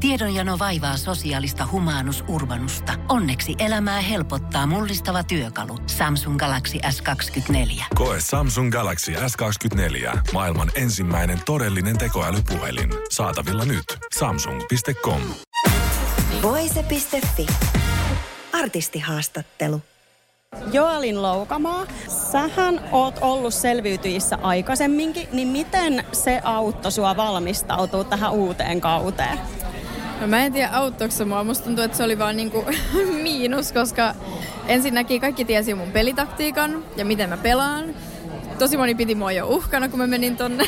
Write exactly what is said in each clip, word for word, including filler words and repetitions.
Tiedonjano vaivaa sosiaalista humanus urbanusta. Onneksi elämää helpottaa mullistava työkalu. Samsung Galaxy S kaksikymmentäneljä. Koe Samsung Galaxy S kaksikymmentäneljä. Maailman ensimmäinen todellinen tekoälypuhelin. Saatavilla nyt. Samsung piste com. Voise piste fi. Artistihaastattelu. Joelin Loukamaa, sähän oot ollut selviytyjissä aikaisemminkin, niin miten se auttoi sua valmistautua tähän uuteen kauteen? No mä en tiedä auttoiko se mua, musta tuntuu, että se oli vaan niinku miinus, koska ensinnäkin kaikki tiesi mun pelitaktiikan ja miten mä pelaan. Tosi moni piti mua jo uhkana, kun mä menin tonne.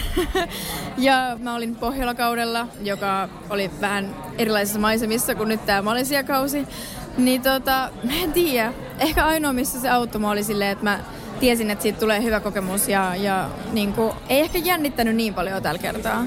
Ja mä olin Pohjola-kaudella, joka oli vähän erilaisissa maisemissa kuin nyt tää Malesia-kausi. Niin tota, mä en tiedä. Ehkä ainoa, missä se auttoi mua oli silleen, että mä tiesin, että siitä tulee hyvä kokemus ja, ja niinku, ei ehkä jännittänyt niin paljon tällä kertaa.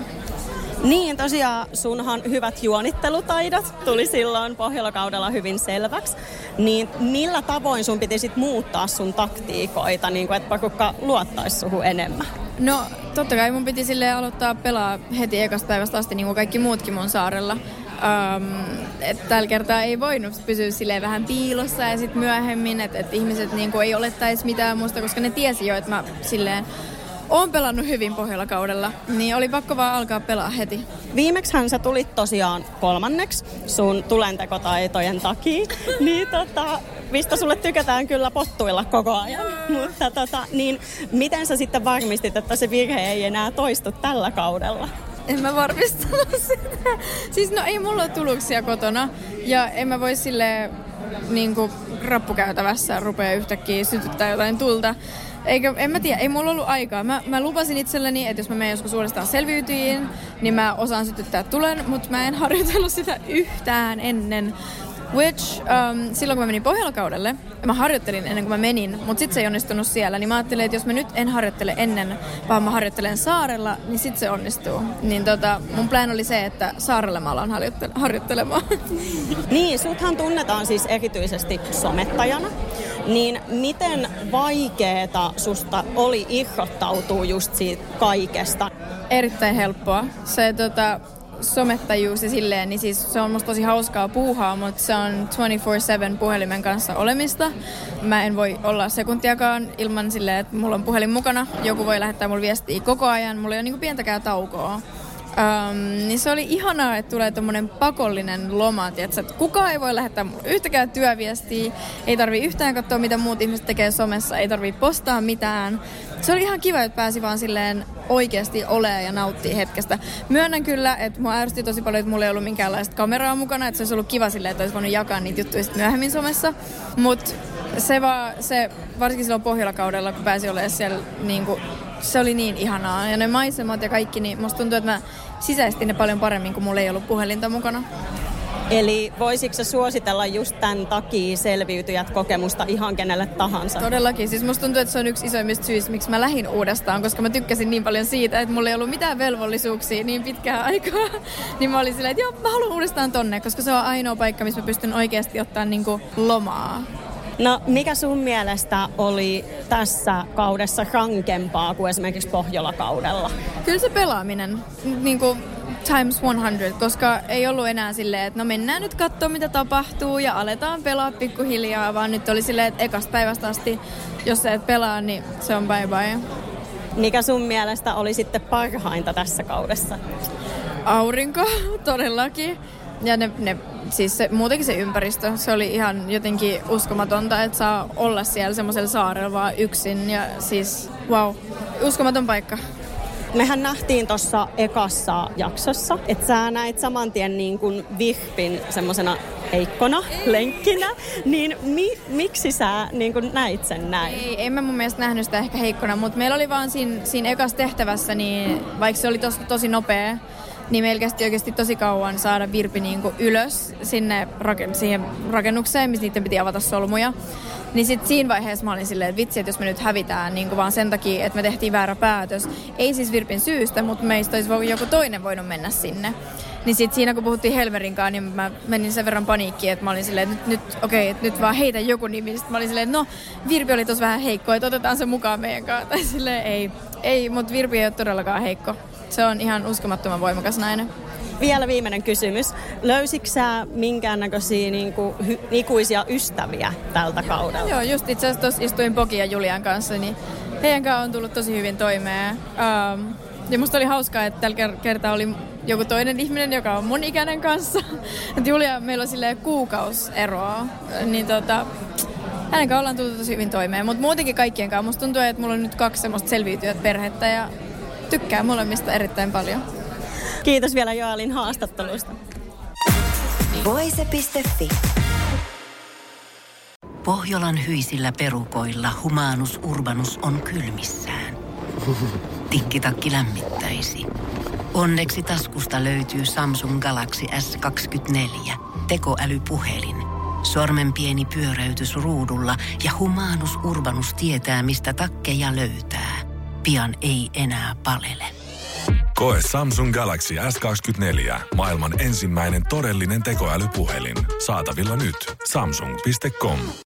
Niin, tosiaan sunhan hyvät juonittelutaidot tuli silloin Pohjola-kaudella hyvin selväksi. Niin millä tavoin sun piti sit muuttaa sun taktiikoita, niin että porukka luottaisi suhun enemmän? No totta kai mun piti silleen aloittaa pelaa heti ekasta päivästä asti, niin kuin kaikki muutkin mun saarella. Um, että tällä kertaa ei voinut pysyä silleen vähän piilossa ja sitten myöhemmin, että et ihmiset niinku ei olettaisi mitään musta, koska ne tiesi jo, että mä silleen oon pelannut hyvin Pohjola-kaudella, niin oli pakko vaan alkaa pelaa heti. Viimeksihän sä tulit tosiaan kolmanneksi sun tulentekotaitojen takia, niin tota, mistä sulle tykätään kyllä pottuilla koko ajan. Mutta tota, niin miten sä sitten varmistit, että se virhe ei enää toistu tällä kaudella? En mä varmistanut sitä. Siis no ei mulla ole tuloksia kotona ja en mä voi silleen niinku rappukäytävässä rupea yhtäkkiä sytyttää jotain tulta. Eikä, en mä tiedä, ei mulla ollut aikaa. Mä, mä lupasin itselleni, että jos mä menen joskus uudestaan selviytyjiin, niin mä osaan sytyttää tulen, mutta mä en harjoitellut sitä yhtään ennen. Which, um, silloin kun mä menin Pohjola-kaudelle, mä harjoittelin ennen kuin mä menin, mutta sit se ei onnistunut siellä. Niin mä ajattelin, että jos mä nyt en harjoittele ennen, vaan mä harjoittelen saarella, niin sit se onnistuu. Niin tota, mun plan oli se, että saarella mä alan harjoittele- harjoittelemaan. Niin, suthan tunnetaan siis erityisesti somettajana. Niin miten vaikeeta susta oli irrottautua just siitä kaikesta? Erittäin helppoa. Se tota... somettajuus ja silleen, niin siis se on musta tosi hauskaa puuhaa, mutta se on kaksikymmentäneljä seitsemän puhelimen kanssa olemista. Mä en voi olla sekuntiakaan ilman silleen, että mulla on puhelin mukana. Joku voi lähettää mulle viestiä koko ajan. Mulla ei ole niinku pientäkään taukoa. Um, niin se oli ihanaa, että tulee tommonen pakollinen loma, tiiätsä, että kukaan ei voi lähettää mulle yhtäkään työviestiä, ei tarvii yhtään katsoa, mitä muut ihmiset tekee somessa, ei tarvii postaa mitään. Se oli ihan kiva, että pääsi vaan silleen oikeasti olemaan ja nauttii hetkestä. Myönnän kyllä, että mua ärsytti tosi paljon, että mulla ei ollut minkäänlaista kameraa mukana, että se olisi ollut kiva silleen, että olisi voinut jakaa niitä juttuja myöhemmin somessa. Mutta se, va, se varsinkin silloin Pohjola-kaudella, kun pääsi olemaan siellä, niin kuin, se oli niin ihanaa. Ja ne maisemat ja kaikki, niin musta tuntuu, että mä sisäistin ne paljon paremmin, kun mulla ei ollut puhelinta mukana. Eli voisitko sä suositella just tämän takia selviytyjät kokemusta ihan kenelle tahansa? Todellakin. Siis musta tuntuu, että se on yksi isoimmista syistä, miksi mä lähdin uudestaan, koska mä tykkäsin niin paljon siitä, että mulla ei ollut mitään velvollisuuksia niin pitkään aikaa. Niin mä olin silleen, että joo, mä haluan uudestaan tonne, koska se on ainoa paikka, missä mä pystyn oikeasti ottaa niinku lomaa. No, mikä sun mielestä oli tässä kaudessa rankempaa kuin esimerkiksi Pohjola-kaudella? Kyllä se pelaaminen, niin kuin times sata, koska ei ollut enää silleen, että no mennään nyt katsoa mitä tapahtuu ja aletaan pelaa pikkuhiljaa, vaan nyt oli silleen, että ekasta päivästä asti, jos sä et pelaa, niin se on bye bye. Mikä sun mielestä oli sitten parhainta tässä kaudessa? Aurinko, todellakin. Ja ne, ne, siis se, muutenkin se ympäristö, se oli ihan jotenkin uskomatonta, että saa olla siellä semmoisella saarella vaan yksin. Ja siis, wow, uskomaton paikka. Mehän nähtiin tuossa ekassa jaksossa, että sä näit saman tien niin kuin Virpin semmosena heikkona, lenkkinä, niin mi, miksi sä niin kuin näit sen näin? Ei, en mä mun mielestä nähnyt sitä ehkä heikkona, mutta meillä oli vaan siinä, siinä ekassa tehtävässä, niin vaikka se oli tos, tosi nopea, niin meillä kesti oikeasti tosi kauan saada Virpi niin kuin ylös sinne raken, siihen rakennukseen, missä niiden piti avata solmuja. Niin sit siinä vaiheessa mä olin silleen, että vitsi, että jos me nyt hävitään niin kuin vaan sen takia, että me tehtiin väärä päätös. Ei siis Virpin syystä, mutta meistä olisi joku toinen voinut mennä sinne. Niin sit siinä kun puhuttiin Helmerinkaan, niin mä menin sen verran paniikkiin, että mä olin silleen, että nyt, nyt okei, okay, että nyt vaan heitä joku nimi. Sitten mä olin silleen, että no Virpi oli tossa vähän heikko, että otetaan se mukaan meidän kanssa. Tai silleen ei, ei, mutta Virpi ei ole todellakaan heikko. Se on ihan uskomattoman voimakas nainen. vielä viimeinen kysymys. Löysitkö sä minkäännäköisiä niinku, hy, ikuisia ystäviä tältä kaudella? Joo, just itse asiassa tuossa istuin Poki ja Julian kanssa, niin heidän kanssaan on tullut tosi hyvin toimeen. Um, ja musta oli hauskaa, että tällä kertaa oli joku toinen ihminen, joka on mun ikäinen kanssa. Julia, meillä on silleen kuukauseroa, niin tota, hänen kanssaan ollaan tullut tosi hyvin toimeen. Mutta muutenkin kaikkien kanssa. Musta tuntuu, että mulla on nyt kaksi semmoista selviytyjät perhettä ja tykkään molemmista erittäin paljon. Kiitos vielä Joelin haastattelusta. Voise piste fi. Pohjolan hyisillä perukoilla Humanus Urbanus on kylmissään. Tikkitakki lämmittäisi. Onneksi taskusta löytyy Samsung Galaxy S kaksikymmentäneljä, tekoälypuhelin. Sormen pieni pyöräytys ruudulla ja Humanus Urbanus tietää, mistä takkeja löytää. Pian ei enää palele. Koe Samsung Galaxy S kaksikymmentäneljä, maailman ensimmäinen todellinen tekoälypuhelin. Saatavilla nyt. samsung piste com.